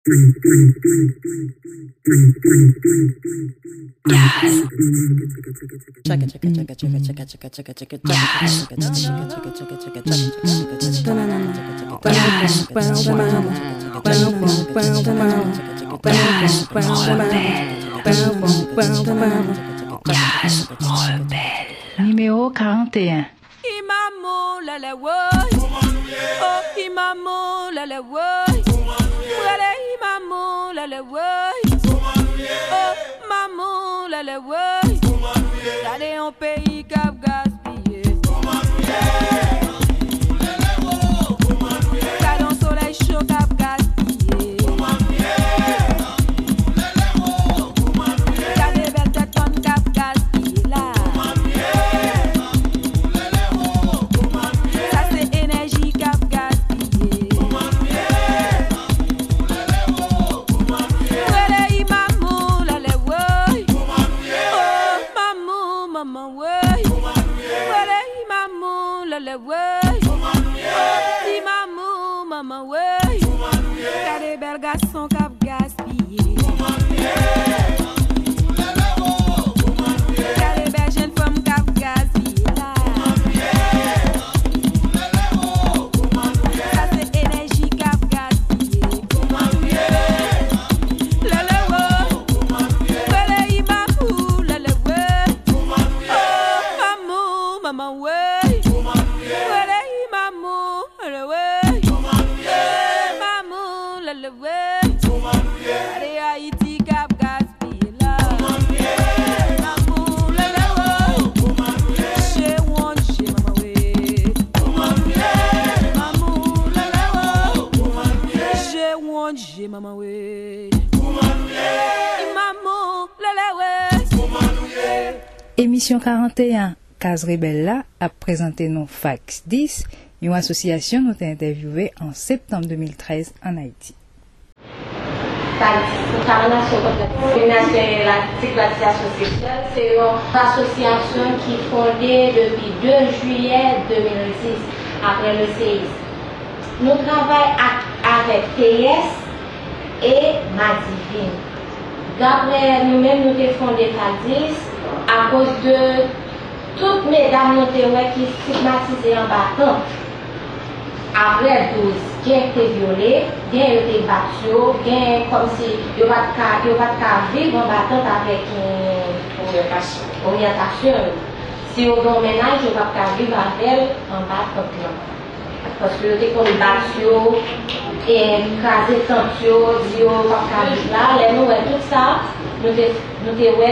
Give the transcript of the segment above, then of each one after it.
Numéro 41. Imamo la la woy, oh imamo la la woy, wale imamo la la woy, oh maman la la woy, d'aller en pays cap gaspillé, d'aller en soleil chaud cap gaspillé, d'aller belle tête ton cap gaspillé là. Maman way, t'as des belles garçons qui gaspillé. T'as des belles jeunes femmes qui gaspillé là. Ça c'est énergie qui gaspillé. Lele way, lele imamou, lele way. Oh maman way, lele imamou, lele way. Le way, allez Haïti cap gaspille là. Maman le way, chez one chez maman way. Maman le way, chez one chez maman way. Maman le way. Émission 41, Case Rebella a présenté nos Fax 10, une association nous a interviewé en septembre 2013 en Haïti. Nation contre la discrimination et la stigmatisation sexuelle, c'est une association qui est fondée depuis 2 juillet 2006, après le séisme. Nous travaillons avec TS et Madivine. D'après nous-mêmes, nous avons fondé FAC10 à cause de toutes mesdames qui sont stigmatisées en battant. Après 12, qui a été violé, qui a été battu, comme si il ne va pas vivre en battant avec une orientation. Si on a un ménage, il ne va pas vivre avec elle en battant. Parce que il comme battu, et écrasé tant, il ne va pas vivre là. Nous, tout ça, nous devons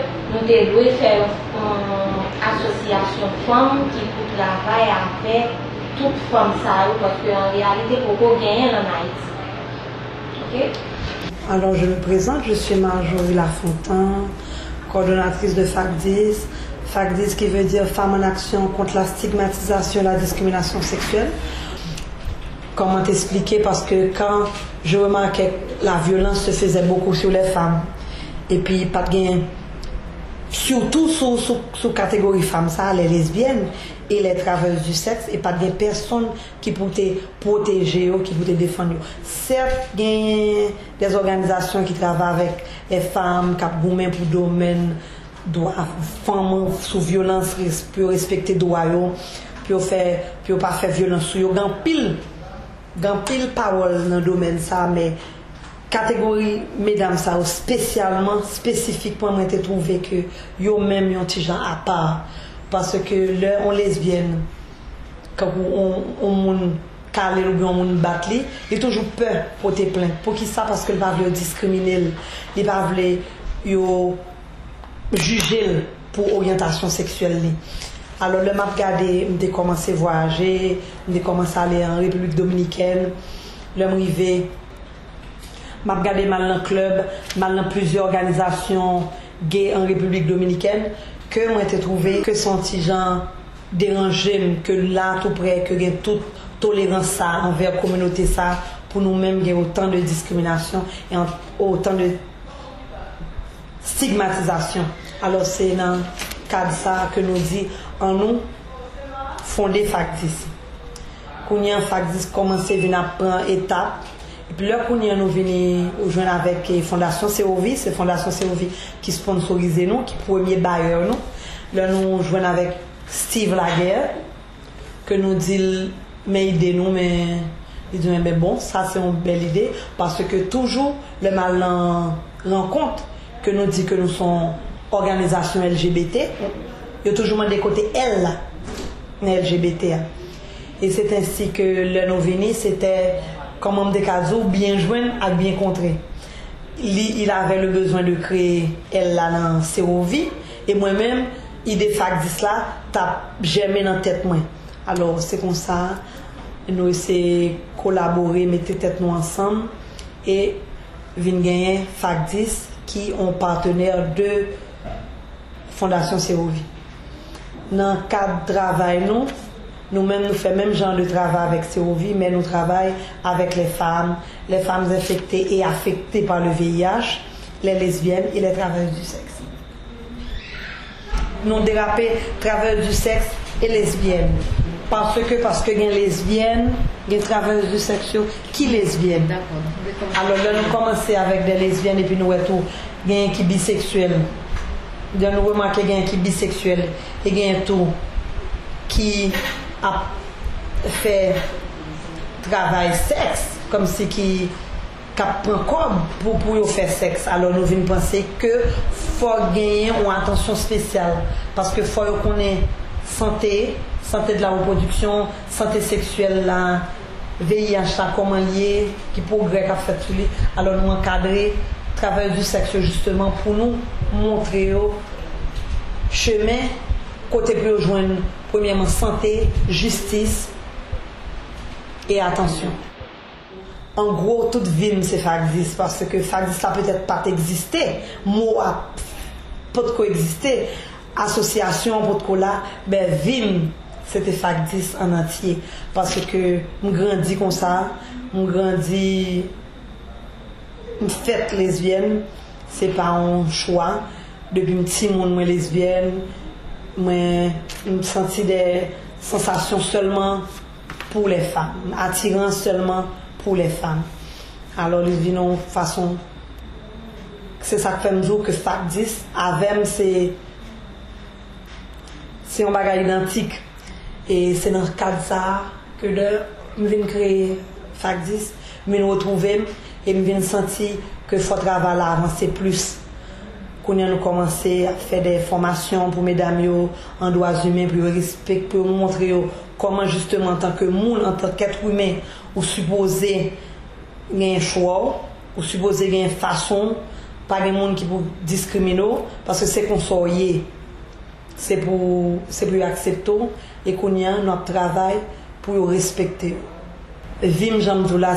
faire une association de femmes qui travaille avec toute femme ça, parce qu'en réalité, beaucoup gagnent en Haïti. Ok? Alors, je me présente, je suis Marjorie Lafontaine, coordonnatrice de FAC10. FAC10 qui veut dire Femmes en action contre la stigmatisation et la discrimination sexuelle. Comment t'expliquer? Parce que quand je remarquais que la violence se faisait beaucoup sur les femmes, et puis pas de gain, surtout sous catégorie femmes, ça, les lesbiennes et les travailleuses du sexe, et pas de personnes qui pouvaient protéger ou qui pouvaient défendre. Certes, il y a des organisations qui travaillent avec les femmes, qui ont pour domaine, femmes sous violence, pour respecter les droits, pour ne pas faire violence sur eux. Il y a pile parole dans le domaine ça, mais catégorie mesdames ça spécifiquement moi j'ai trouvé que yo même un petit genre à part parce que là on lesbienne quand on calé ou bien on battre il toujours peur porter plainte pour qui ça parce que il va vouloir discriminer il va vouloir yo juger pour orientation sexuelle. Alors le m'a regardé j'ai commencé à voyager, j'ai commencé à aller en République dominicaine, le m'arrivé m'a regardé mal dans le club, mal dans plusieurs organisations gays en République dominicaine, que moi j'ai trouvé que son petit gens dérangé, que là tout près, que gain toute tolérance ça envers la communauté ça, pour nous-mêmes gain autant de discrimination et autant de stigmatisation. Alors c'est dans le cadre de ça que nous dit en nous fonder FAC10. Quand on FAC10 commencer à venir prendre étape Et puis là, quand nous venons rejoindre avec la Fondation COV, c'est Fondation COV qui sponsorise nous, qui est premier bailleur nous. Là, nous rejoignons avec Steve Laguerre, que nous dit, mais aidez-nous, mais il dit, mais bon, ça c'est une belle idée, parce que toujours le mal rend compte que nous dit que nous sommes organisation LGBT, il y a toujours des côtés L, LGBT. Et c'est ainsi que le nous venu, c'était comme membre de Kazo, bien joindre et bien contrer. Il avait le besoin de créer elle là dans COV, et moi-même, l'idée FACDIS là, t'as germé dans la tête moi. Alors c'est comme ça, nous essayons de collaborer, mettre tête nous ensemble, et venir gagner FACDIS qui ont partenaire de Fondation COV. Dans le cadre de travail, nous-mêmes, nous faisons le même genre de travail avec COV, mais nous travaillons avec les femmes infectées et affectées par le VIH, les lesbiennes et les travailleuses du sexe. Nous dérapons travailleuses du sexe et lesbiennes. Parce que les lesbiennes, les travailleuses du sexe, qui lesbiennes? Alors là, nous commençons avec des lesbiennes et puis nous avons des qui bisexuels. Nous remarquons qu'il y a qui bisexuel et il y a tout qui a fait travail sexe, comme si qui prend corps pour faire sexe. Alors nous venons penser que faut gagner une attention spéciale parce que faut qu'on ait santé de la reproduction, santé sexuelle, la VIH, comment lié, qui progrès qu'a fait sur lui. Alors nous encadrer travail du sexe justement pour nous montrer au chemin côté pour rejoindre premièrement santé, justice et attention. En gros, toute ville c'est FACDIS parce que FACDIS ça peut-être pas exister, mot a pas de coexister, association pour de là, ben ville c'était FACDIS en entier parce que on grandit comme ça, on grandit une fête lesbienne, c'est pas un choix. Depuis un petit monde, moi lesbienne, moi, je me sentis des sensations seulement pour les femmes, attirance seulement pour les femmes. Alors, les vinons façon, c'est ça que fait me dire que FACDIS, avec c'est un bagage identique. Et c'est dans le cadre de ça que je viens créer FACDIS, je me retrouver et je viens sentir que faut travailler là, avancer plus. Qu'on a commencé à faire des formations pour mesdames en droits humains, pour respect, pour montrer comment justement en tant que monde, en tant qu'être humain, ou supposé gagner un choix, ou supposé gagner une façon, pas des monde qui pour discriminer, parce que c'est qu'on soit c'est pour accepter et qu'on y a notre travail pour respecter. Vim Jamdoula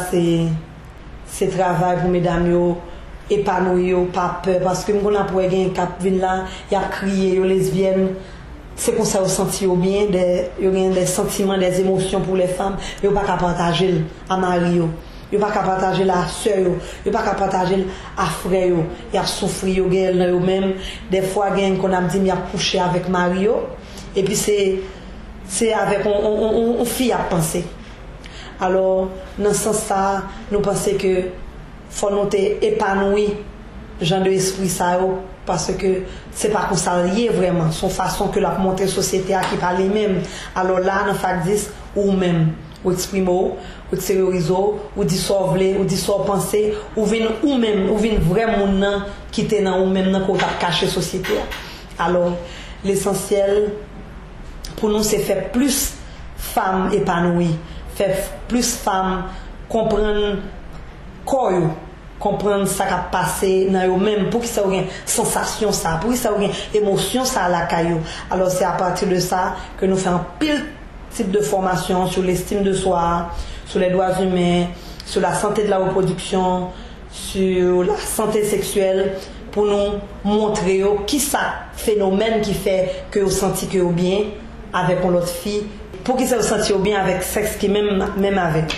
c'est travail pour mesdames épanoui, pas peur, parce que nous avons pour gagner cap vin là, il a crié lesbienne, c'est comme ça au senti bien, des sentiments, des émotions pour les femmes, ils pas qu'à partager à mari, ils pas qu'à partager la sœur, ils pas qu'à partager à frère, ils a souffrir eux même, des fois gagne qu'on a dit il a couché avec Mario et puis c'est avec on fille à penser. Alors dans ce sens là, nous pensons que faut nous épanoui genre de esprit ça parce que c'est pas qu'on s'allie vraiment son façon que la montrer société à qui parle même. Alors là dans FACDIS ou même ou exprimer ou théoriser ou dissolver ou penser ou venir ou même ou venir vraiment non qui était dans ou même dans qu'on a caché société. Alors l'essentiel pour nous c'est faire plus femmes épanouies, faire plus femmes comprendre corps, comprendre ça qui a passé dans eux-mêmes, pour qu'ils ça ait une sensation ça, pour qu'ils ça ait une émotion ça à la caillou. Alors c'est à partir de ça que nous faisons pile type de formation sur l'estime de soi, sur les droits humains, sur la santé de la reproduction, sur la santé sexuelle, pour nous montrer qui ça phénomène qui fait que vous sentez que vous bien avec une autre fille, pour qu'ils ça vous sentez bien avec sexe qui même avec.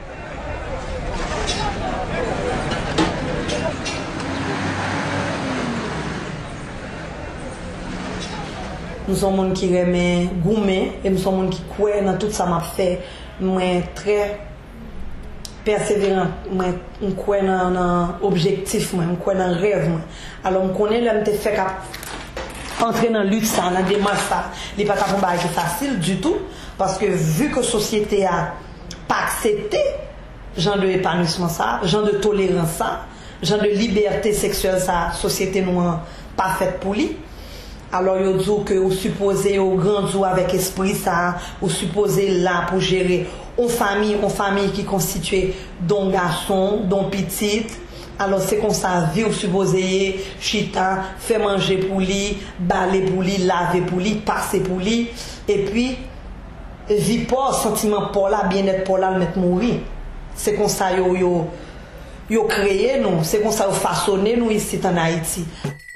Nous sommes gens qui aiment gourmet et nous sommes gens qui croient dans tout ça m'a fait moi très persévérant, moi on croit dans objectif, moi on croit dans rêve moi. Alors on connaît là me fait entrer dans lutte ça, dans démarche ça, il pas capable de facile du tout parce que vu que société a pas accepté genre de épanouissement ça, genre de tolérance ça, genre de liberté sexuelle ça, société noire pas faite pour lui. Alors yo dit que vous supposez au grand avec esprit ça, vous supposez là pour gérer une famille qui constituée d'un garçon, d'un petit. Alors c'est comme ça vie vous supposez chita, faire manger pour lui, balayer pour lui, laver pour lui, passer pour lui et puis vie pas sentiment pour là, bien-être pour là le mettre mourir. C'est comme ça yo créé nous, c'est comme ça vous façonné nous ici en Haïti.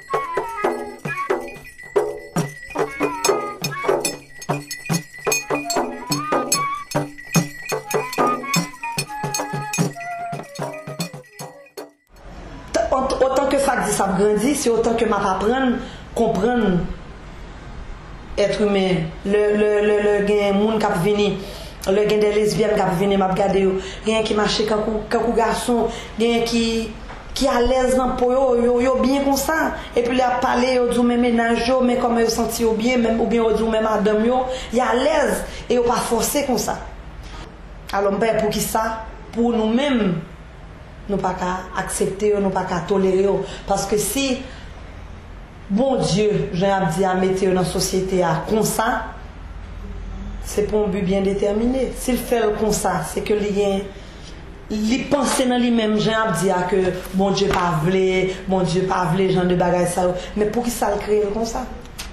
Autant que Fakdis a grandi, c'est autant que m'a apprendre comprendre être humain. Le gain monde qui venu, le gain des lesbiennes qui venu m'a regarder, gain qui marche quand garçon, gain qui à l'aise dans pour yo bien comme ça et puis il a parlé yo dit même ménage mais comme yo senti bien même ou bien yo dit même madame yo il à l'aise et yo pas forcer comme ça. Alors ben pour qui ça pour nous-mêmes nous pas qu'à accepter nous pas qu'à tolérer parce que si bon Dieu j'ai dit à mettre dans société à comme ça c'est pour un but bien déterminé. S'il fait comme ça c'est que il pense dans lui-même j'ai dit que bon Dieu pas vle genre de bagaille ça mais pour qui ça le créer comme ça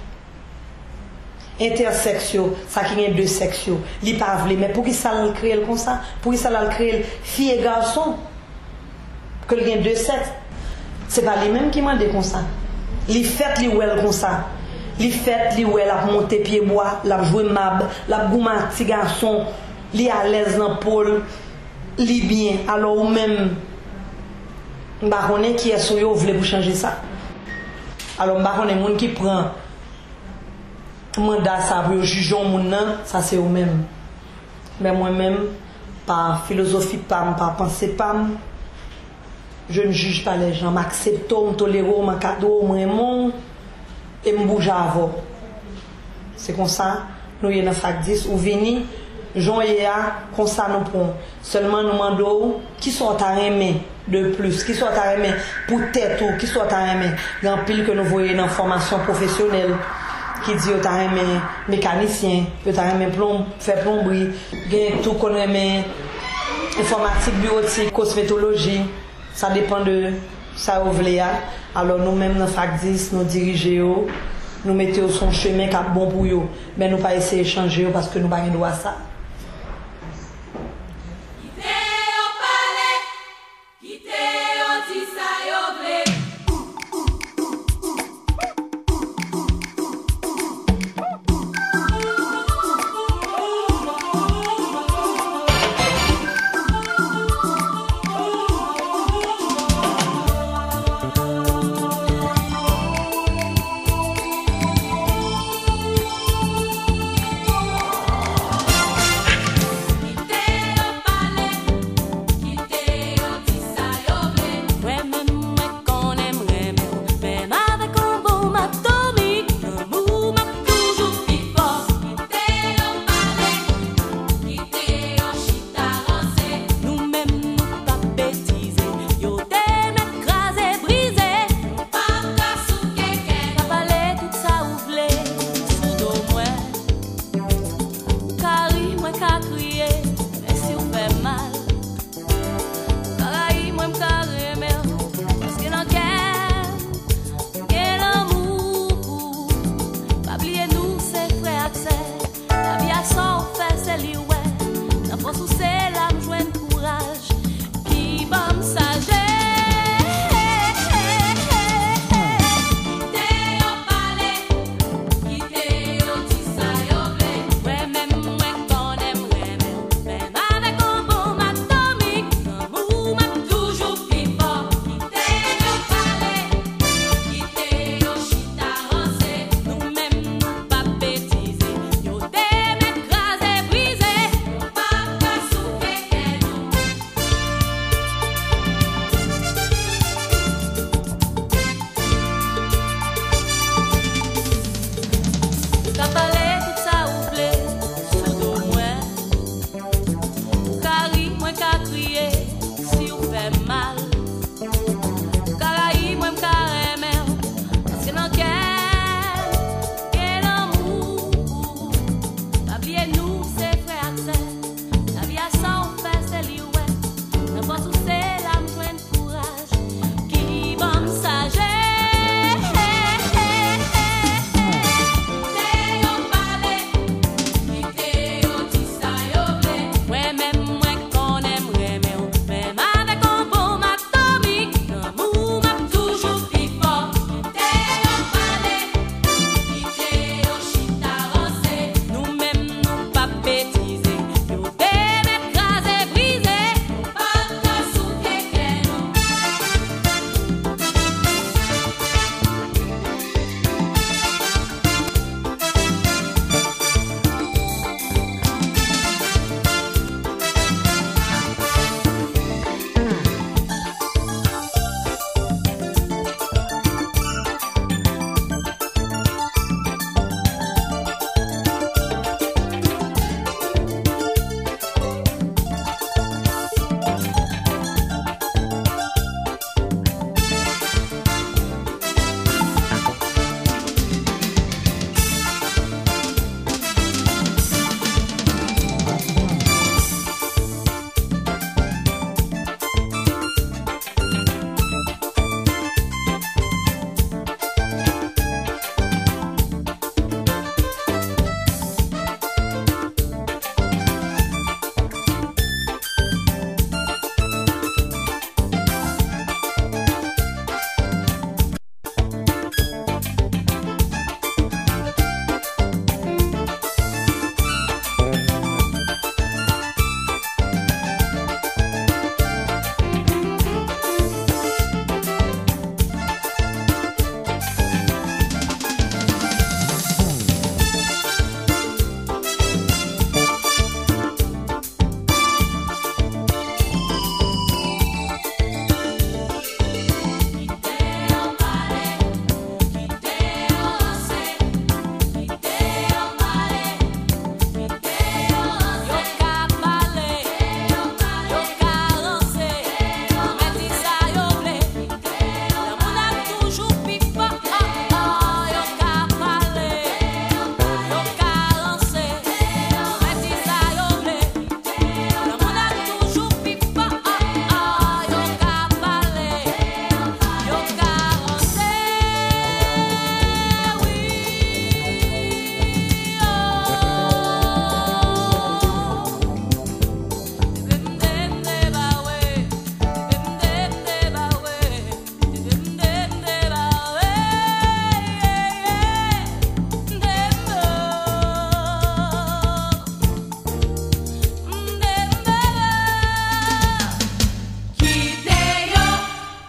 intersexuel ça qui est deux sexuels il pas vle mais pour qui ça le créer comme ça pour qui ça le créer fille et garçon que il y a deux sexes c'est pas lui même qui m'a dit comme ça il fait li well comme ça il fait li well la monter pied bois la jouer mab la gouma petit garçon li à l'aise dans pôle li bien alors ou même m'ba connait qui est sur yo vle pour changer ça alors m'ba connait monde qui prend mandat ça pour juger monde nan ça c'est ou même mais moi même par philosophie par pensée pas je ne juge pas les gens m'accepte me tolère me cadeau moi et me bouge avant c'est comme ça nous y dans Fakdis ou vini Jean et comme ça nous prend seulement nous demandons qui sont à aimer de plus qui sont à aimer pour tête ou qui sont à aimer grand pile que nous voyons dans formation professionnelle qui dit au ta aimer mécanicien au ta aimer faire plomberie gain tout qu'on aimer informatique bureautique cosmétologie ça dépend de ça ou vle alors nous même dans Fakdis nous diriger nous mettons son chemin qui est bon pour eux mais nous pas essayer de changer parce que nous pas de droit ça.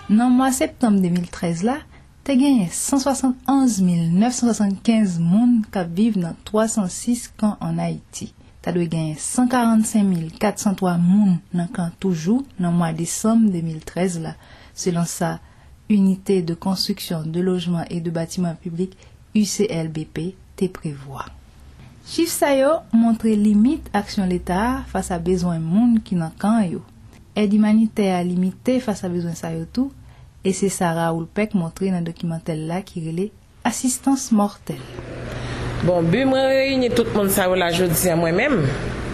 Dans le mois de septembre 2013 là, tu as gagné 171 975 personnes qui vivent dans 306 camps en Haïti. Tu as gagné 145 403 personnes dans le camp toujours dans le mois de décembre 2013 là, selon sa unité de construction de logements et de bâtiments publics UCLBP te prévoit. Chiffre ça yo montre limite action l'État face à besoin monde qui dans camp yo. Aide humanitaire limitée face à besoin ça yo tout. Et c'est Sarah Oulpek montré dans le documentaire là qui relève assistance mortelle. Bon, but moi réunir tout le monde ça là jeudi à moi-même.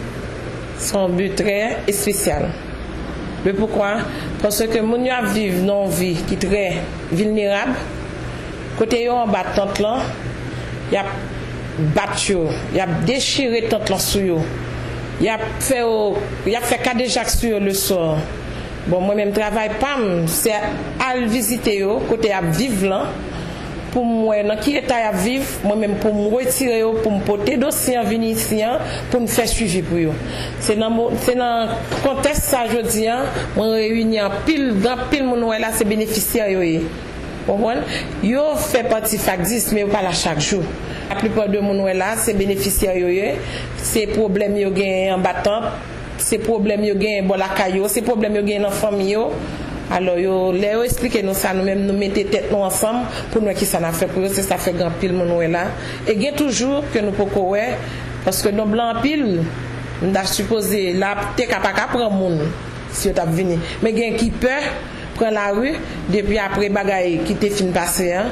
Son but très spécial. Mais pourquoi? Parce que mon yo vivent non vie qui très vulnérable. Côté yo en bas tante là, y a battu, y a déchiré tante là sou yo. Y a fait cas de Jacques sur le sort. Bon, moi-même, travail pas, c'est à visiter eux, côté à vivre là, pour moi, dans qui état à vivre, moi-même, pour me retirer, pour me porter dossier en vénitien, pour me faire suivi pour eux. C'est dans le contexte, ça, je dis, on réunit en pile, dans pile, mon là, c'est bénéficiaire, vous comprenez? Yo fait partie FAC10, mais pas là chaque jour. La plupart de mon là, c'est bénéficiaire, c'est problème, yo gain en battant. C'est problème yo gain bon la caillou, c'est problème yo gain dans famille yo. Alors yo les expliquer nous ça nous même nous mettre tête nous ensemble pour nous qui ça n'a fait pour eux, c'est ça fait grand pile mon là. Et gain toujours que nous poko ouais parce que nos blanc pile on a supposé là t'es capable prendre monde si tu as venu. Mais gain qui peut prendre la rue depuis après bagaille qui t'est fin passé hein.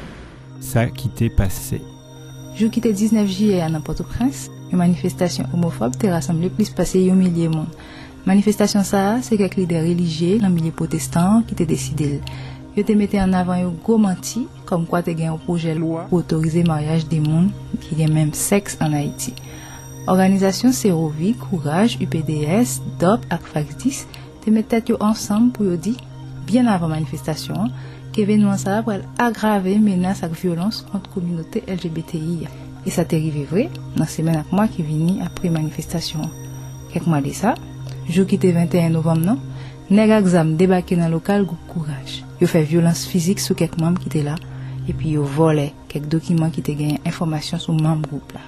Ça qui t'est passé. Jour qui était 19 juillet à Port-au-Prince, une manifestation homophobe te rassemblé plus passé 1 millier de monde. Manifestation ça, c'est quelques leaders religieux dans le milieu protestant qui te décidé. Ils te mettaient en avant un gros menti, comme quoi te gagné un projet loi pour autoriser le mariage des monde qui ont même sexe en Haïti. Organisation Serovi, Courage, UPDS, DOP et FAC10 te mettent ensemble pour dire, bien avant la manifestation, qu'événement ça va aggraver menaces et violence contre la communauté LGBTI. Et ça t'est arrivé vrai dans la semaine avec moi qui vient après manifestation. Quelques mois de ça, jour qui était 21 novembre, non, nèg exam débarqué dans le local groupe Courage. Ils fait violence physique sur quelques membres qui étaient là et puis ils volé quelques documents qui étaient gagné information sur membre groupe là.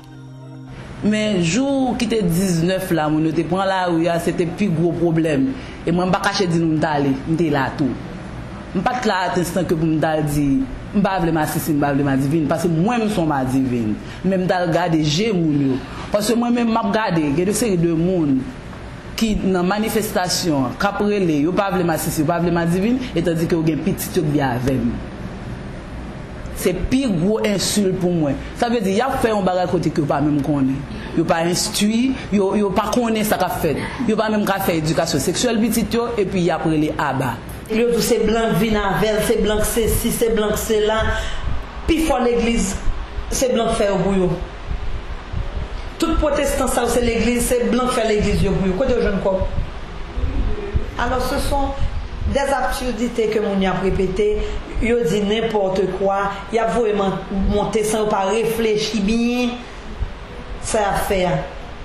Mais jour qui était 19 là, mon était prend la rue, c'était plus gros problème. Et moi pas caché dire nous d'aller, m'était là tout. Pas de là instant que pour me dire m'pa vle m'assister m'pa vle ma divine parce que moi même son ma divine même dal regarder j'ai moun parce que moi même m'a regarder il y a des série de monde qui dans manifestation qu'après les yo pas vle m'assister pas vle ma divine et tandis que gen petit yo bien avec c'est pire gros insulte pour moi ça veut dire y a fait un bagage côté que pas même connaît yo pas instruit yo pas connaît ça qu'a fait yo pas même qu'a fait éducation sexuelle petit yo et puis après les abat. Yo tout c'est blanc vinavel, c'est blanc c'est ci, c'est blanc c'est là. Puis faut l'église, c'est blanc faire bouillon. Tout protestant ça c'est l'église, c'est blanc faire l'église yo bouillon. Côté jeune quoi. Alors ce sont des absurdités que mon y a répété, yo dit n'importe quoi, y a vraiment monter sans pas réfléchir bien. Ça à faire.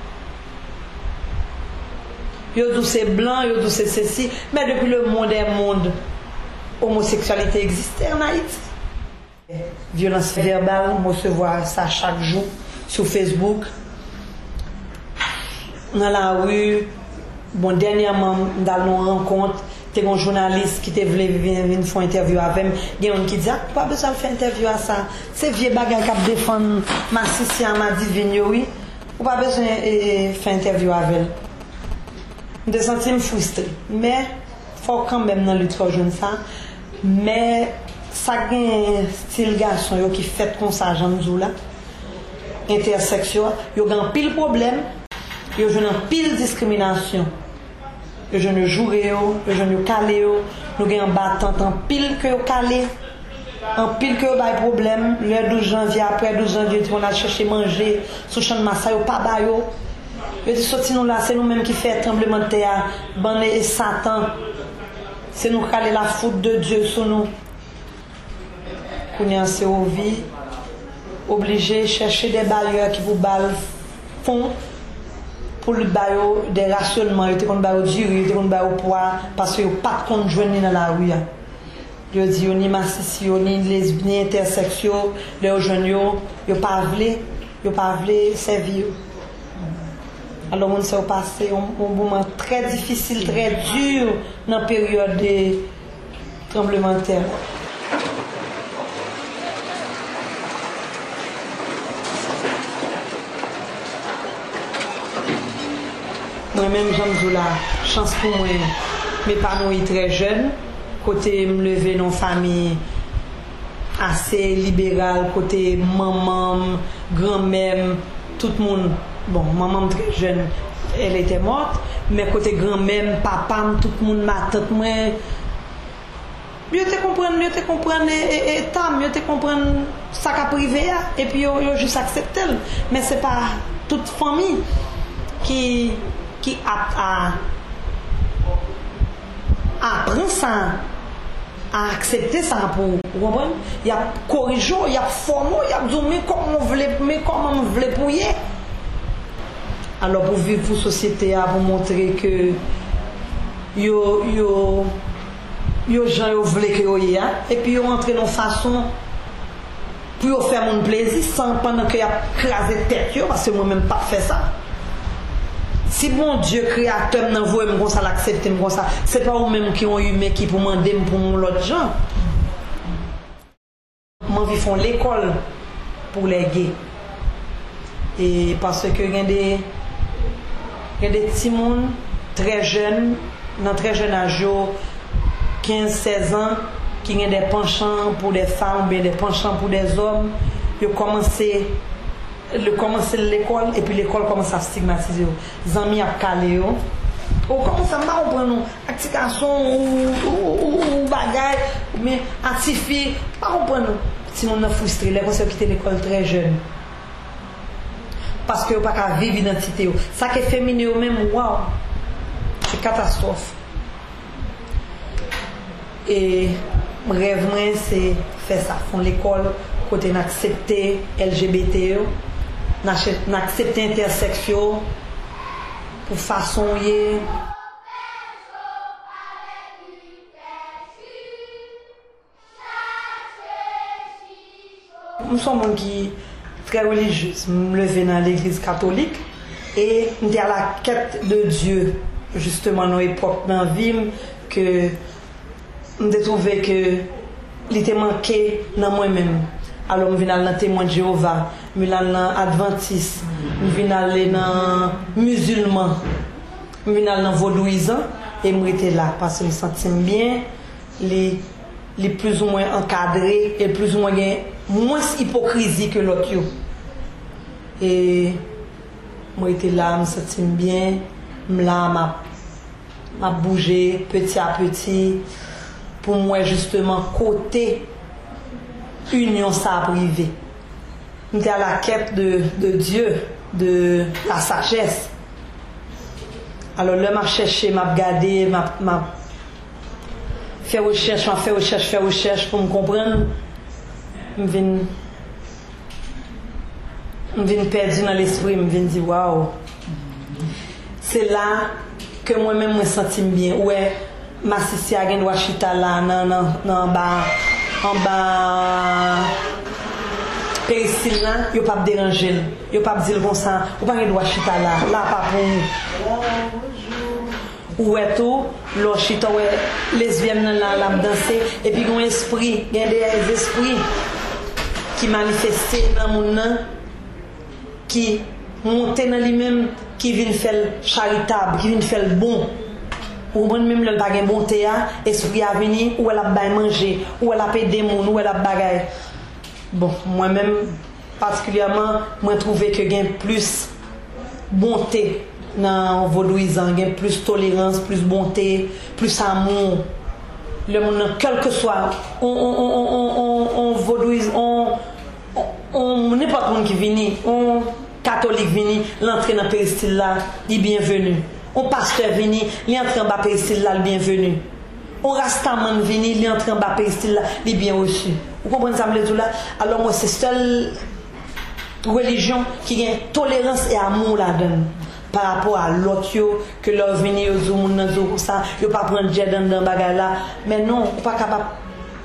Yo tout c'est blanc, yo tout c'est ceci, mais depuis le monde est monde, homosexualité existe en Haïti. Violence verbale, on recevoir ça chaque jour sur Facebook. Dans la rue, bon dernièrement dans nos rencontres, t'es un journaliste qui te voulait venir faire interview avec moi, il y a un qui dit pas besoin de faire interview à ça. C'est vieux bagage qui défend ma sissi ma divine oui, ou pas besoin de faire interview avec elle. Je me sens frustrée, mais il faut quand même dans le lutte jeune ça. Mais ça a un style garçon qui fait comme ça, Jean là, intersection, il y a un pile problème, il y a une pile discrimination. Il y a une jouer, il y a une calé, il y a un battant en pile que calé, en pile que il y a problème. Le 12 janvier, après 12 janvier, on a cherché manger, sous champ de massa, pas bayo. Je dis sorti nous là, c'est nous-mêmes qui fait tremblement de terre, ban et Satan. C'est nous qui allons la faute de Dieu sur nous. Pour nous en vie, obligé de chercher des bailleurs qui vous balent fond pour le baillot des rationnements, ils te qu'on baillot du riz, ils te qu'on baillot poids parce que pas de compte joindre dans la rue. Yo dit ni massif ni lesbienne ni intersexuel, les jeunes yo pas vle servir. Alors on s'est passé un moment très difficile, très dur dans la période de tremblement de terre. Moi-même, j'ai la chance pour moi, mes parents sont très jeunes, côté me lever dans une famille assez libérale, côté maman, grand-mère, tout le monde. Bon, maman très jeune, elle était morte, mais côté grand-mère, papa, tout le monde, ma tante, moi, mieux te comprendre, et tam, mieux te comprendre ça qu'a privé, et puis yo juste accepter. Mais c'est pas toute famille qui apprend ça, à accepter ça pour vous comprenez. Il y a corrigé, il y a formé, il y a dit mais comment on voulait pouiller. Alors pour vivre pour société, pour montrer que yo gens voulaient que yo y a, et puis yo entrer dans façon pour faire mon plaisir sans pendant que y a crasé tête yo, parce que moi même pas fait ça. Si mon Dieu créateur n'a voulu me ça l'accepter comme ça, c'est pas eux même qui ont eu mais qui pour demander pour l'autre gens. Moi ils font l'école pour les gays. Et parce que il y a des petits monde très jeunes, dans très jeune âge, 15-16 ans, qui ont des penchants pour des femmes, bien des penchants pour des hommes. Ils ont commencé l'école et puis l'école commence à stigmatiser. Les amis à calé. Oh, comment ça m'a comprendre activation ou bagaille, mais actifier, pas comprendre. Si on est frustré, les gens quitter l'école très jeune. Parce que vous n'avez pas vivre l'identité. Ça qui est féminin même, waouh, c'est catastrophe. Et mon rêve, c'est faire ça. Faire l'école, côté d'accepter LGBT, d'accepter l'intersection, pour façon nous sommes gens qui très religieux, je me levais dans l'église catholique et j'étais à la quête de Dieu, justement dans l'époque dans la vie que j'ai trouvé que il était manqué dans moi-même. Alors je viens dans le témoin de Jéhovah, je viens dans l'adventiste, je viens dans le musulman, je viens dans le vaudouisant et je suis là parce que je me sentais bien, les plus ou moins encadrés et plus ou moins hypocrisie que l'autre. Et moi j'étais là, je me sentais bien, là, je bougé petit à petit pour moi justement côté union ça privé. J'étais à la quête de Dieu, de la sagesse. Alors là, m'a cherché, m'a regardé, m'a fait recherche pour me comprendre. Je viens perdu dans l'esprit, je viens dire waouh. C'est là que moi-même me sens bien. Ouais, ma sissi a gagné Washita là, en bas péristyle là, yo pas déranger, yo pas dire comme ça, ou pas gagné Washita là pas pour ou est tout l'ochita ouais lesbienne là la danser et puis un esprit, il y a des esprits qui manifestent dans mon nom qui montent dans lui-même qui viennent faire charitable, qui viennent faire bon. Ou même le bagage bonté esprit à venir ou elle a bain manger ou elle a payé des monde ou elle a bagage. Bon, moi-même particulièrement moi trouvé que gain plus bonté dans vaudouisant, gain plus tolérance, plus bonté, plus amour. Le monde quel que soit on vaudouise on n'importe monde qui vient, on catholique vient l'entrée dans péristyle là, il bienvenu. Un pasteur vini, il entre en bas péristyle là, le bienvenu. Un rastaman vini, il entre en bas péristyle là, il bien reçu. Vous comprenez ça, me là? Alors moi, c'est seule religion qui a tolérance et amour là-dedans. Par rapport à l'autre, que l'on vini au zoom, ça, il pas prendre jet dans le bagage là. Mais non, pas capable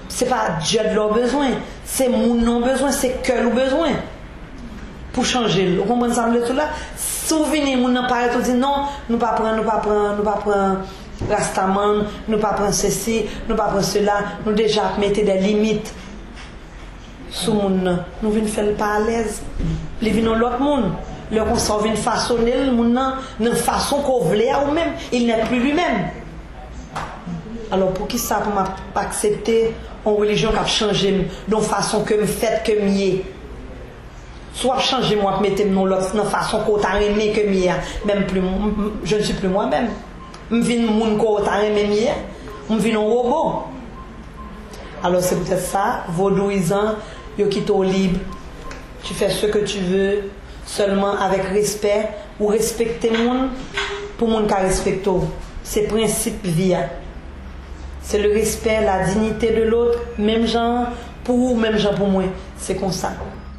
c'est pas Dieu de leur besoin, c'est mon non besoin, c'est que le besoin. Pour changer. Vous comprenez ça tout là? Souvenir, mon n'a pas dit non, nous pas prendre Rastaman, nous pas prendre ceci, nous pas prendre cela, nous déjà mettez des limites sous mon. Nous venons faire pas à l'aise. Les venons l'autre monde. Le qu'on vient façonner le monde d'une façon qu'on voulait ou même, il n'est plus lui-même. Alors pour qui ça pour m'accepter une religion qui a changé d'une façon que me fait que mieux. Soit changer moi mettez non l'autre dans façon qu'on t'a aimé que mieux, même plus je ne suis plus moi-même. Je viens moun ko t'a aimé mieux, je viens un robot. Alors c'est peut-être ça, vaudouisant, yo qui t'au libre. Tu fais ce que tu veux seulement avec respect ou respecter moun pour moun ka respecte. C'est principe vie. C'est le respect, la dignité de l'autre, même genre pour vous, même genre pour moi. C'est comme ça.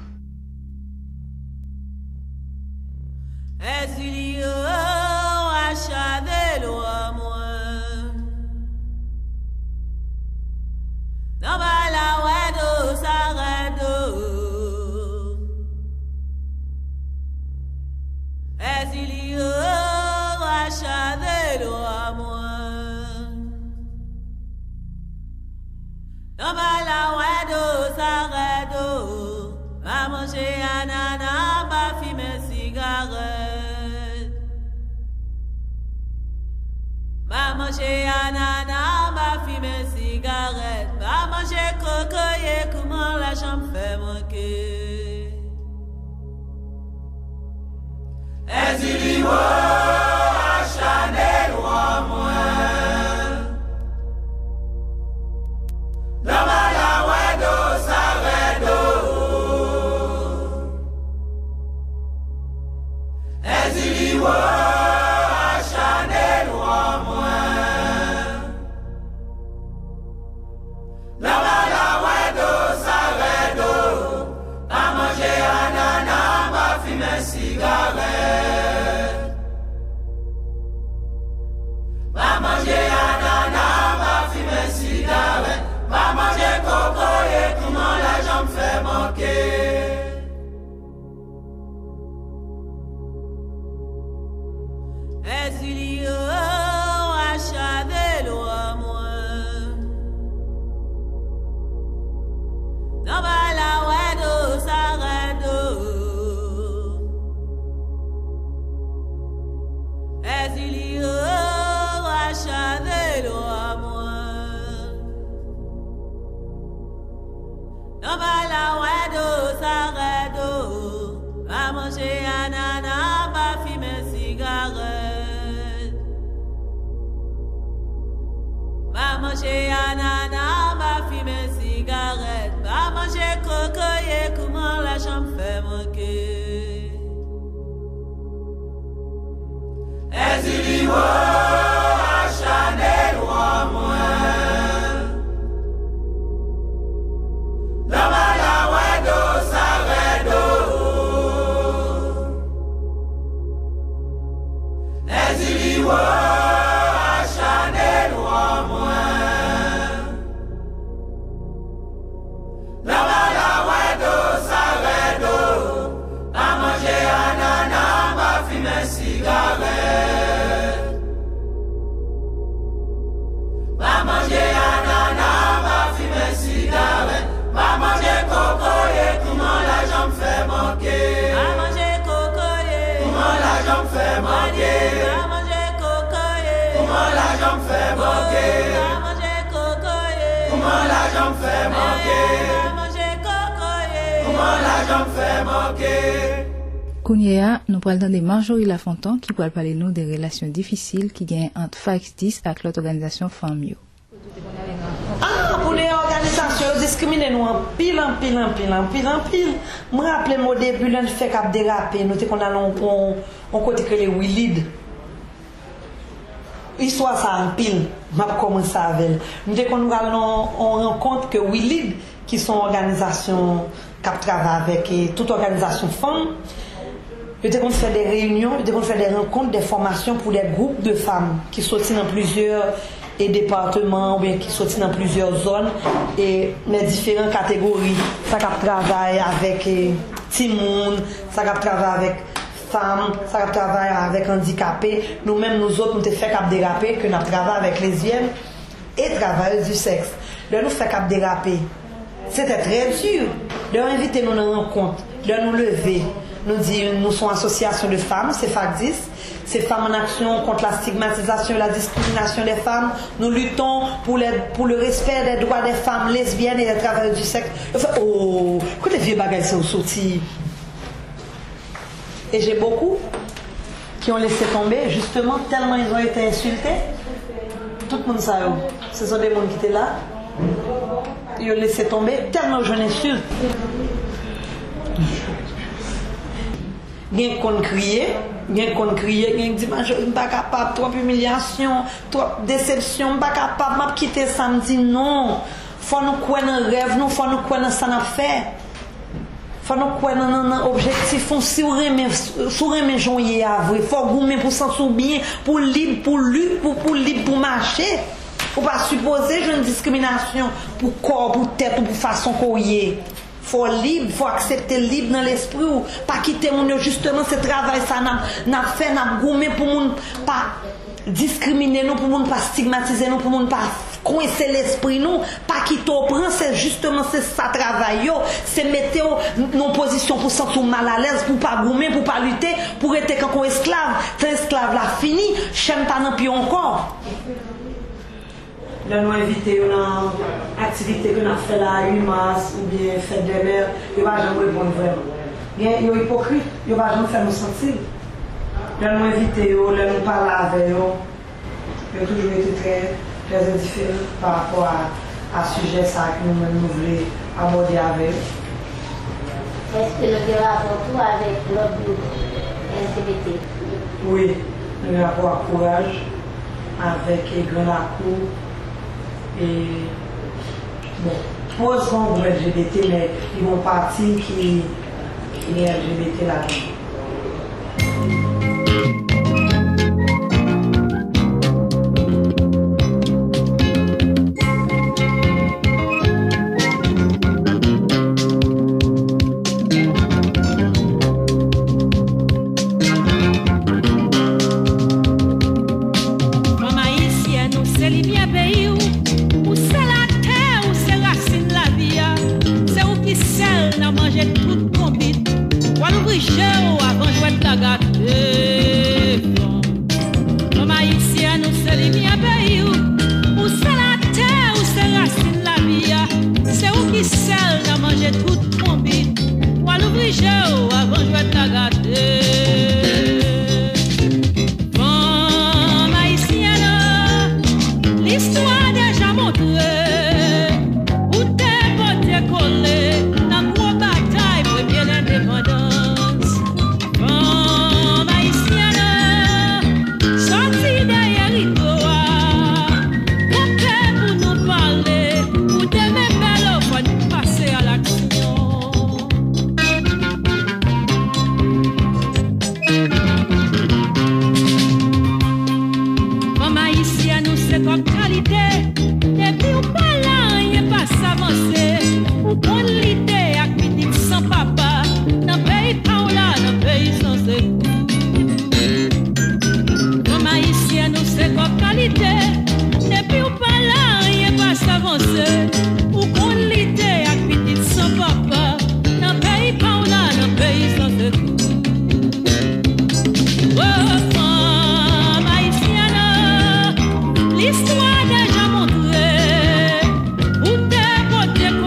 Manger ananas, ma fumer cigarette, va manger cocoyer, comment la jambe fait manquer. Est-il à Chanel ou à moi? La malawedo saredo. Est-il à Chanel ou à moi? La malawedo saredo. À manger ananas, ma fumer cigarette. Va manger ananas, va fumer cigarette. Va manger cocoyer, comment la jambe fait manquer. Est-il à Chanel ou à moi? Dans ma lawedo saredo. Est-il à Chanel ou à moi? Dans ma lawedo saredo. Va manger ananas, va fumer cigarette. Va manger ananas, va fumer cigarette. Va manger cocoyer, comment la jambe fait manquer. Est-il à Chanel ou à moi? La malawedo saredo. Est-il à Chanel ou à moi? La malawedo saredo. Va manger ananas, va fumer cigarette. Va manger ananas, va fumer cigarette. Va manger cocoyer, comment la jambe fait manquer. Va manger cocoyer, comment la jambe fait manquer. Va manger cocoyer, comment la jambe fait manquer. Va manger cocoyer, comment la jambe fait manquer. Va manger cocoyer, comment la jambe fait manquer. Kounia, nous parlons de Marjorie Lafontaine qui pourra parler nous des relations difficiles qui gagnent entre FACS10 avec l'autre organisation Famio. Ah, pour les organisations discriminées, nous en pile. Je me rappelle au début, l'on fait cap déraper, nous qu'on a on côté que les Willid. Histoire ça en pile, m'a commencé avec. Nous qu'on on rencontre que Willid qui sont organisations qui travaillent avec toute organisation femmes. Ils ont fait des réunions, ils ont fait des rencontres, des formations pour des groupes de femmes qui sortent dans plusieurs et départements ou bien qui sortent dans plusieurs zones et dans différentes catégories. Ça cap travaille avec Timoun, ça cap travaille avec femmes, ça cap travaille avec handicapés. Nous-mêmes nous autres nous te fait cap déraper que nous travaillons avec lesbiennes et travailleuses du sexe. De nous faire cap déraper. C'était très dur. De nous inviter nous dans rencontre, de nous lever. Nous dire nous sommes association de femmes, c'est FACDIS, c'est Femmes en Action contre la stigmatisation et la discrimination des femmes. Nous luttons pour le respect des droits des femmes lesbiennes et des travailleurs du sexe. Oh, écoutez, vieux bagages sont sortis. Et j'ai beaucoup qui ont laissé tomber, justement, tellement ils ont été insultés. Tout le monde sait, ce sont des gens qui étaient là. Ils ont laissé tomber, tellement je l'insulte. Bien qu'on crie, bien dit, je ne suis pas capable, trop humiliation, trop déception, je ne suis pas capable, je vais quitter samedi. Non, il faut nous croire dans le rêve, il faut nous croire dans ce qu'on a fait. Il faut nous croire dans l'objectif. Si vous aimez joyer à vous, il faut gommer pour s'en souvenir, pour libre, pour lutte, pour libre, pour marcher. Il ne faut pas supposer une discrimination pour corps, pour tête ou pour façon qu'on y est. Faut libre, faut accepter libre dans l'esprit ou pas quitter mon justement ce travail ça n'a fait n'a gommé pour mon pas discriminer nous pour mon pas stigmatiser nous pour mon pas coincer l'esprit nous pas quitter au prend c'est justement c'est ça travail c'est mettre en position pour sentir mal à l'aise pour pas gommer pour pas lutter pour être comme esclave c'est esclave là fini chaîne pas dans pied encore. Là, nous invitons dans l'activité que nous avons fait là, 8 mars ou bien fête des mères, ils ne vont jamais répondre vraiment. Ils sont hypocrites, ils ne vont jamais faire nous sentir. Là, nous invitons, là, nous parlons avec eux. Ils ont toujours été très, très indifférents par rapport à ce sujet ça que nous voulons aborder avec eux. Est-ce que nous avons rapport tout avec l'autre groupe LGBT? Oui, nous avons rapport à Courage avec Granacour. Et bon, pour ce qu'on veut LGBT, mais ils vont partir qui est LGBT là-dedans. L'histoire déjà montré, où t'es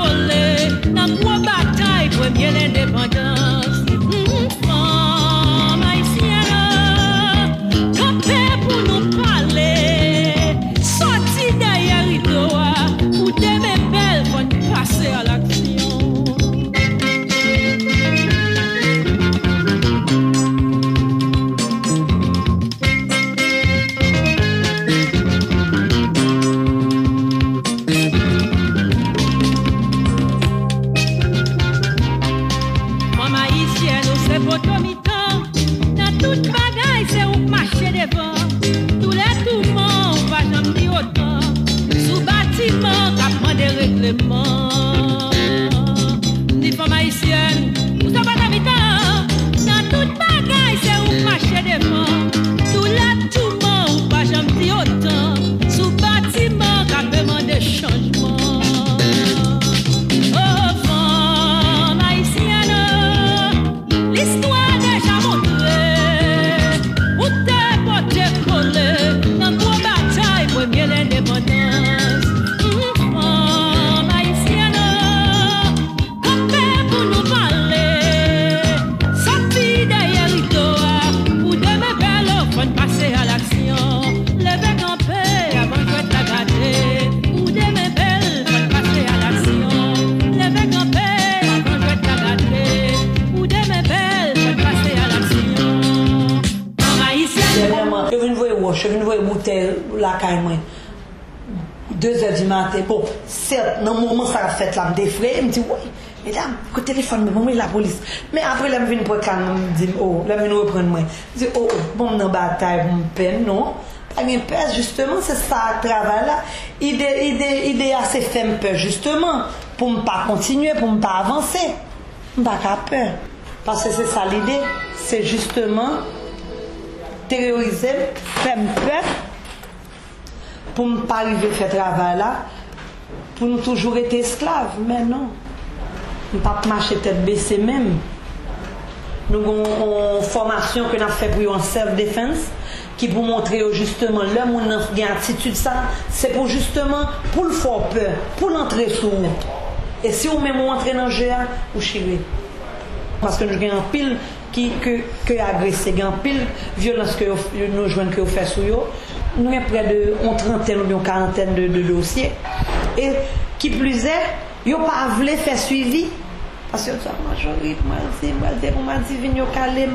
louer bouteille la caille moi. 2h du matin. Bon, certes, dans le moment ça a fait là, me défraie, je me dis, oui, mesdames, que téléphone, mais bon, la police. Mais après, là, je viens pour calme, je me dis, oh, là, je viens reprendre moi. Je dis, oh, bon, dans la bataille, pour me peine, non. Pas une peur, justement, c'est ça, le travail là. Idée assez fait peur, justement, pour ne pas continuer, pour ne pas avancer. Je n'ai pas peur. Parce que c'est ça l'idée, c'est justement terroriser, faire peur, pour ne pas arriver à faire travail là, pour nous toujours être esclaves. Mais non, nous ne pouvons pas marcher tête baissée même. Nous avons une formation que nous avons fait pour en self-défense, qui pour montrer justement l'homme où nous avons une attitude, ça, c'est pour justement, pour le faire peur, pour l'entrer sur nous. Et si on même entrer dans le jeu, vous chirez. Parce que nous avons un pile qui agressé, un pile violence que nous jouons que vous faites sur eux. Nous avons près de 30 ou une quarantaine de dossiers. Et qui plus est, ils n'ont pas voulu faire suivi. Parce que la majorité m'a dit, venez au calme,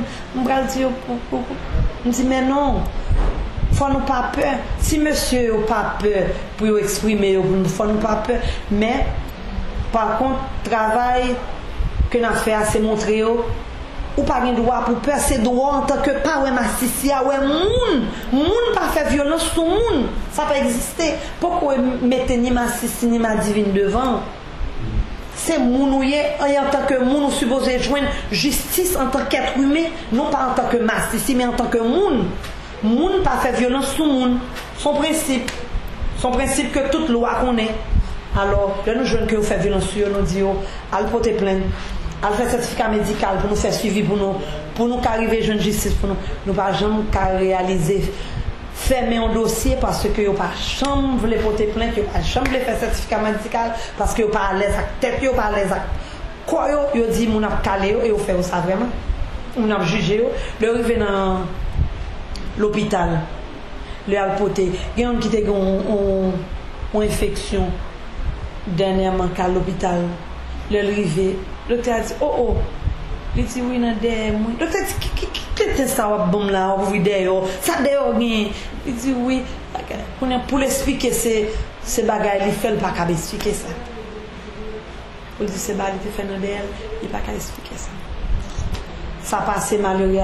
je dis, mais non, il ne faut pas peur. Si monsieur n'a pas peur pour exprimer, il ne faut pas peur. Mais, par contre, le travail que nous avons fait, c'est montrer ou pas de droit pour peur, c'est droit en tant que pas ou masticia ou moun pas faire violence sur moun, ça peut exister. Pourquoi mettre ni masticia ni ma divine devant? C'est moun ou en tant que moun, nous supposé joindre justice en tant qu'être humain, non pas en tant que masticia, mais en tant que moun. Moun pas faire violence sur moun. Son principe que toute loi connaît. Alors, là nous jeunes que vous faites violence sur nous disons, allez porter plainte. À faire certificat médical pour nous faire suivi, pour nous arriver à jeune justice, pour nous pas jamais réaliser, fermer un dossier parce que vous pas jamais voulu porter plainte, vous pas jamais voulu faire certificat médical parce que vous pas à l'aise avec tête, vous pas à l'aise avec quoi, vous dit mon a calé et vous fait ça vraiment, on a jugé, le arrivé dans l'hôpital, le a porté, il y a un qui était en infection dernièrement à l'hôpital, le arrivé. Le docteur a dit, oh, il dit, oui, non, le docteur a dit, qu'est-ce que ça va bon là, vous vidéo, ça d'ailleurs, il dit, oui, pour l'expliquer, c'est bagaille, il fait pas qu'à expliquer ça. Il dit, c'est bagaille, il fait non d'elle, il pas qu'à expliquer ça. Ça passe malheureux,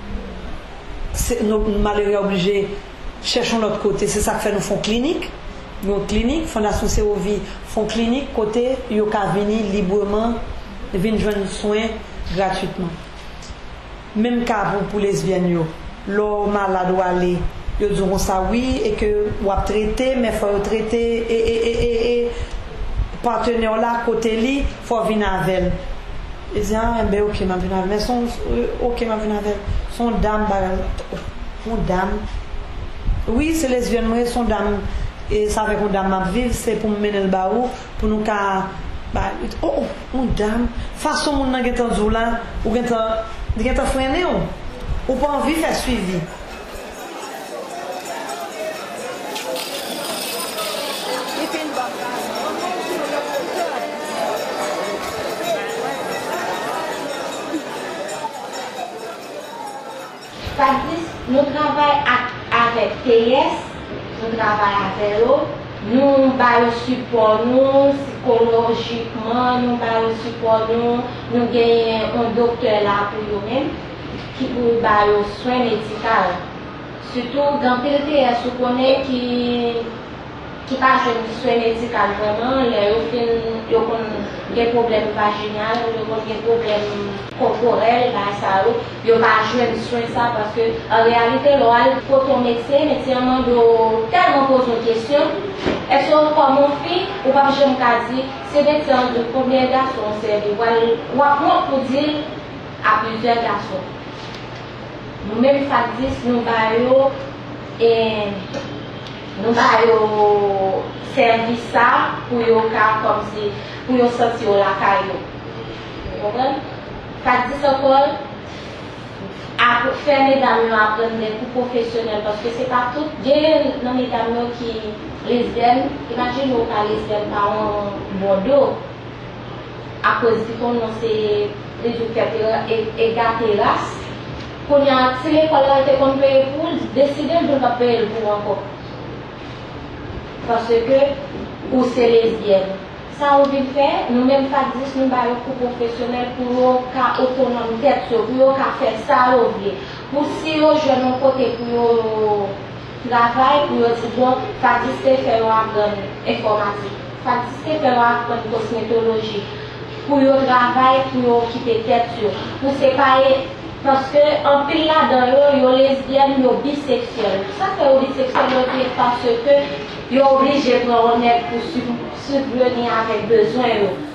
malheureux obligé, cherchons l'autre côté, c'est ça que fait nous font clinique. Nos cliniques, Fondation Sérovie, font clinique côté, ils peuvent venir librement. Ils viennent joindre soins gratuitement. Même cas pour les lesbiennes, l'homme malade doit aller, ils diront ça oui, et que vous avez traité, mais il faut traiter, et partenaire là, côté lui, il faut venir avec elle. Ils disent, ah, ben ok, ma venir avec elle. Mais son, ok, ma venir avec elle. Son dame, oui, c'est lesbienne, mais son dame, et ça avec une dame à vivre, c'est pour me mener le baou, pour nous qu'à. Oh, dame, façon mon n'a pas de là, ou geta freiné ou pas envie faire suivi. Nous travaillons avec TS, nous travaillons avec eux. Nous baillons support nous psychologiquement, nous baillons support nous gagnons un docteur là pour nous-mêmes qui pour bailler soins médicaux. Surtout dans le TS, vous connaissez qui passe des soins médicaux vraiment, ils ont des problèmes vaginaux, ils ont des problèmes corporels, ils n'ont pas joué de soins ça parce que en réalité, pour ton médecin tellement pose une question. Est-ce que comme mon fils, ou pas je me dis, c'est des temps de combien de garçons servis, ou à pour dire à plusieurs garçons. Nous-mêmes, nous baillons et nous baillons service ça pour y comme si pour y sortir la caillou. Vous comprenez? Fadis encore à faire mesdames apprendre des cours professionnels parce que c'est pas tout bien dans mesdames qui lesbiennes. Imaginez au cas lesbiennes par un Bordeaux à cause du qu'on c'est les éducateurs et terrasse. Quand si l'école a été qu'on paye pour, décider de ne pas payer pour encore. Parce que, ou c'est lesbienne. Ça, on veut faire, nous-mêmes, FACDIS, nous avons un cours professionnel pour cas autonome tête, pour faire ça, pour si aux jeunes côté pour travail, pour dire bon, FACDIS fait un informatique, FACDIS fait un cosmétologie, pour travail, pour quitter tête, pour séparer. Parce que en pile là-dedans, il y a lesbiennes, il y a bisexuelles. Ça fait bisexuel parce que il est obligé de remettre pour subvenir avec besoin.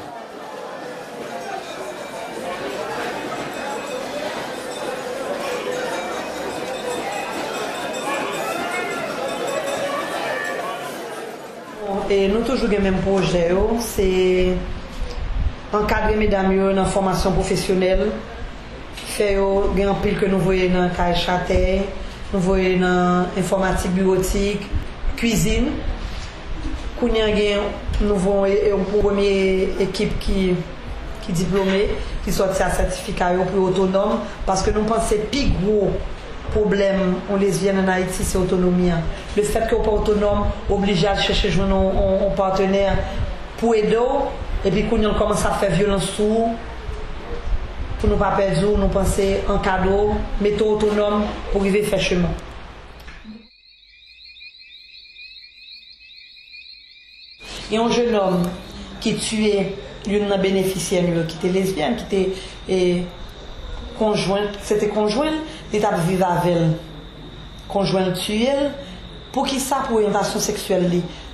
Et nous toujours le même projet, c'est encadrer mesdames dans la formation professionnelle. Faire un pile que nous voyons dans le Châtel, nous voyons dans l'informatique bureautique, cuisine. Nous avons une première équipe qui est diplômée, qui sort à certificat plus autonome, parce que nous pensons que le plus gros problème on lesbienne en Haïti, c'est l'autonomie. Le fait qu'on n'est pas autonome, obligé à chercher un partenaire pour aider, et puis quand on commence à faire violence sur pour ne pas perdre, nous penser en cadeau, méthode autonome pour arriver à faire chemin. Il y a un jeune homme qui tuait une bénéficiaire qui était lesbienne, qui était conjointe, c'était conjointe, il était vivre avec elle. Conjointe tuée, pour qui ça, pour orientation sexuelle?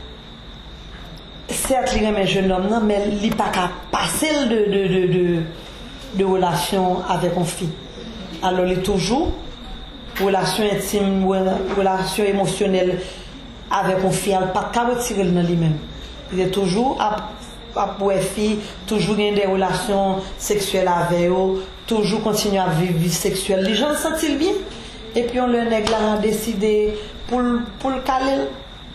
Certes, il est un jeune homme, mais il n'est pas capable de passer de relation avec une fille. Alors, il est toujours relation intime, relation émotionnelle avec une fille, il n'est pas capable de retirer dans lui-même. Il est toujours à fille, toujours des relations sexuelles avec eux, toujours continuer à vivre vie sexuelle. Les gens se sentent bien. Et puis, on le nègre a décidé pour le caler.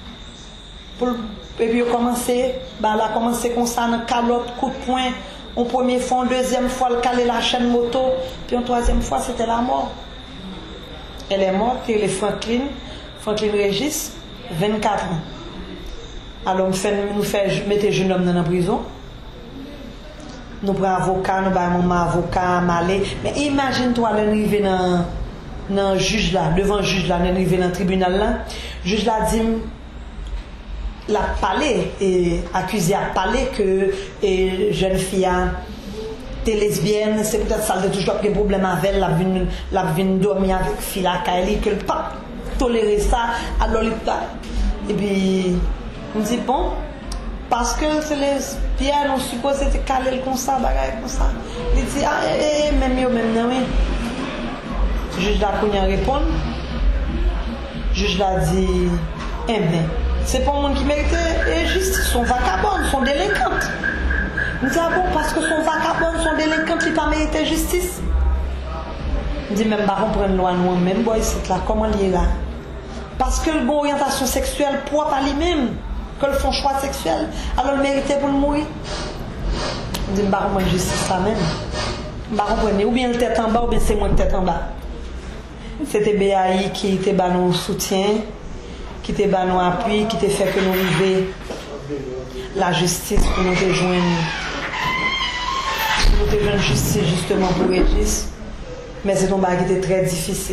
Et puis, on a commencé comme ça, dans calotte, coup de poing. En première fois, en deuxième fois, le caler la chaîne moto. Puis en troisième fois, c'était la mort. Elle est morte, elle est Franklin Régis, 24 ans. Alors, nous mettons jeune homme dans la prison. Nous prenons un avocat, nous avons un avocat, malé. Mais imagine-toi, l'arrivée dans le juge là, devant le juge là, l'arrivée dans le tribunal là. Le juge là dit, la parlé, et accusé à parler que jeune fille est lesbienne, c'est peut-être ça, elle a toujours des problèmes avec elle, la vient dormir avec fille là, qu'elle ne peut pas tolérer ça. Alors, et puis, on dit bon, parce que c'est lesbienne, on suppose que c'était calé comme ça, bagaille comme ça. Il dit, même non, oui. Le juge là, qu'on y répond, le juge là dit, bien, c'est pas le monde qui mérite justice, sont vagabondes, sont délinquantes. Il dit, ah bon, parce que sont vagabondes, sont délinquantes, ils ne pas mériter justice. Il dit, même baron prend une loi nous-mêmes, boy, c'est là, comment il est là? Parce que le bon orientation sexuelle, propre à lui-même, que le font choix sexuel, alors le mérité pour le mourir. Il dit, baron prend justice ça même. Baron prend, ou bien le tête en bas, ou bien c'est moi le tête en bas. C'était BAI qui était nos soutien, qui était nos appui, qui était fait que nous vivions la justice pour nous rejoindre. Nous rejoindre justice justement pour Régis. Mais c'est un bagage qui était très difficile.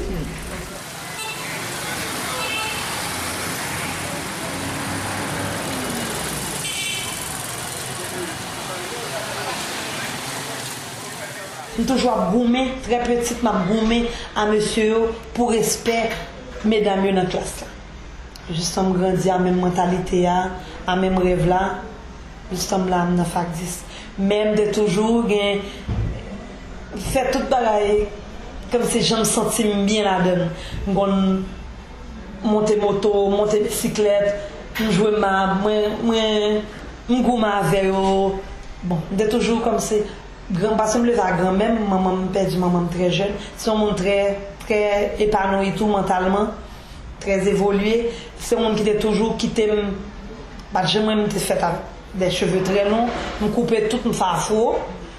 Je suis toujours gourmé, très petite, m'a gourmé à monsieur pour respect, mesdames dans la classe. Justement, grandi à la même mentalité, à la même rêve là. Justement, là, dans la FACDIS. Même de toujours, faire tout bagaille comme si je me sentais bien là-dedans. Monter moto, monter bicyclette, jouer ma, moi, avec eux. Bon, de toujours comme c'est. Grand, parce que je me lève à grand même, maman me perdu, maman très jeune. Si on montre très épanoui tout mentalement, très évolué, c'est un monde qui était toujours, qui t'aime, bah, j'aimerais me faire des cheveux très longs, me couper tout, me faire faux.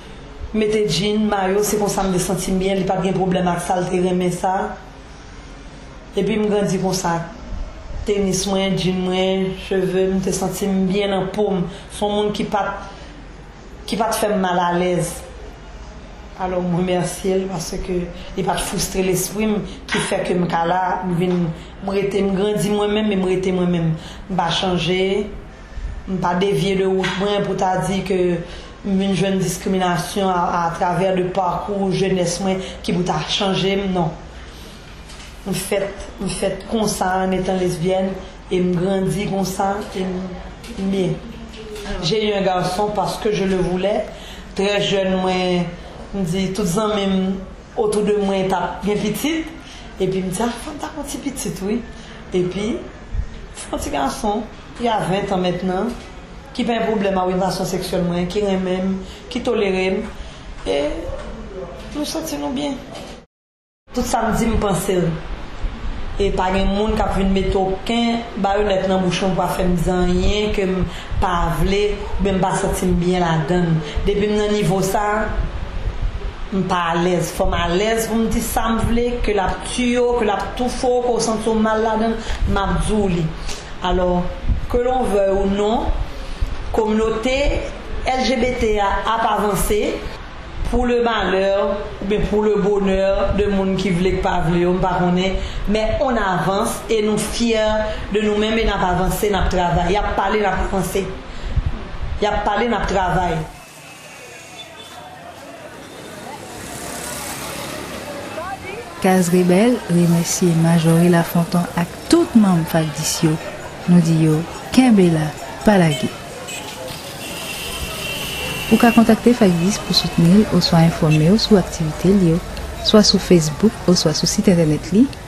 mettez jean, maillot, c'est comme ça me senti bien, il n'y a pas de problème avec ça, je remets ça. Et puis je grandis comme ça. Tennis moi, jean moi, cheveux, me senti bien en paume. Son monde qui pas te fait mal à l'aise. Alors je remercie parce que il pas frustrer l'esprit qui fait que me là, me grandis moi-même et me rester moi-même. Pas changer, pas dévier de route moi pour t'a dire que une jeune discrimination à travers le parcours jeunesse moi qui vous a changé, non. Me fait comme ça en étant lesbienne et me grandis comme ça et bien. J'ai eu un garçon parce que je le voulais, très jeune moi, me dit tous les amis autour de moi étaient bien petites et puis me dit t'as un petit petit oui et puis un petit garçon il a 20 ans maintenant qui n'a pas un problème avec l'orientation sexuelle qui aime qui tolère et nous sentons bien. Tout ça me dit me penser et pas un monde qui a pu mettre aucun baïonnette dans bouchon pour faire me dire rien que pas vle même pas sentir bien la donne depuis mon niveau ça je suis pas à l'aise. Faut à l'aise pour me dire ça me voulait que la tuyo, que la tout faux, qu'on sent mal là-dedans, m'a dit. Alors, que l'on veut ou non, communauté LGBT a pas avancé pour le malheur ou bien pour le bonheur de monde qui voulait pas voulait, on pas connaît, mais on avance et nous fiers de nous-mêmes et n'a pas avancé, n'a travail. Y a parlé, n'a pas avancé. Y a parlé, n'a travail. Case Rebelle remercie Marjorie Lafontaine et tout le monde Fagdis. Nous disons Kembela Palagé. Vous pouvez contacter Fagdis pour soutenir ou soit informer sur l'activité liée, soit sur Facebook ou soit sur le site internet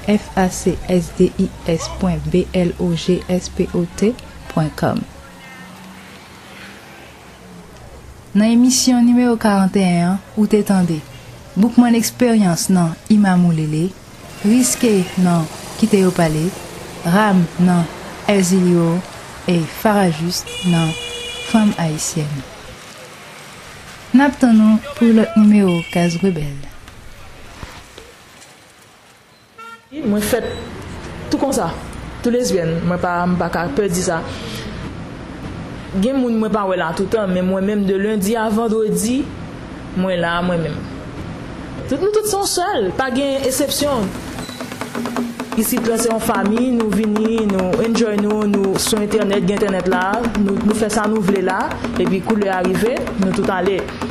facsdis.blogspot.com. Dans l'émission numéro 41, où t'étendez beaucoup mon expérience non Imamou Lele, risqué non quitter au palais, Ram non Elzilio et Farajust non femme haïtienne. N'attendons pour le numéro Case Rebelle. Moi fait tout comme ça, tous lesbiennes, moi pas peur dire ça. Gen moun moi pas là tout le temps, mais moi-même de lundi à vendredi, moi là moi-même. Nous tous sommes seuls, pas d'exception. Ici, c'est en famille, nous venons, nous enjoy nous sur Internet, Internet là, nous faisons ça, nous voulons là, et puis, quand le arrivé, nous tout allés.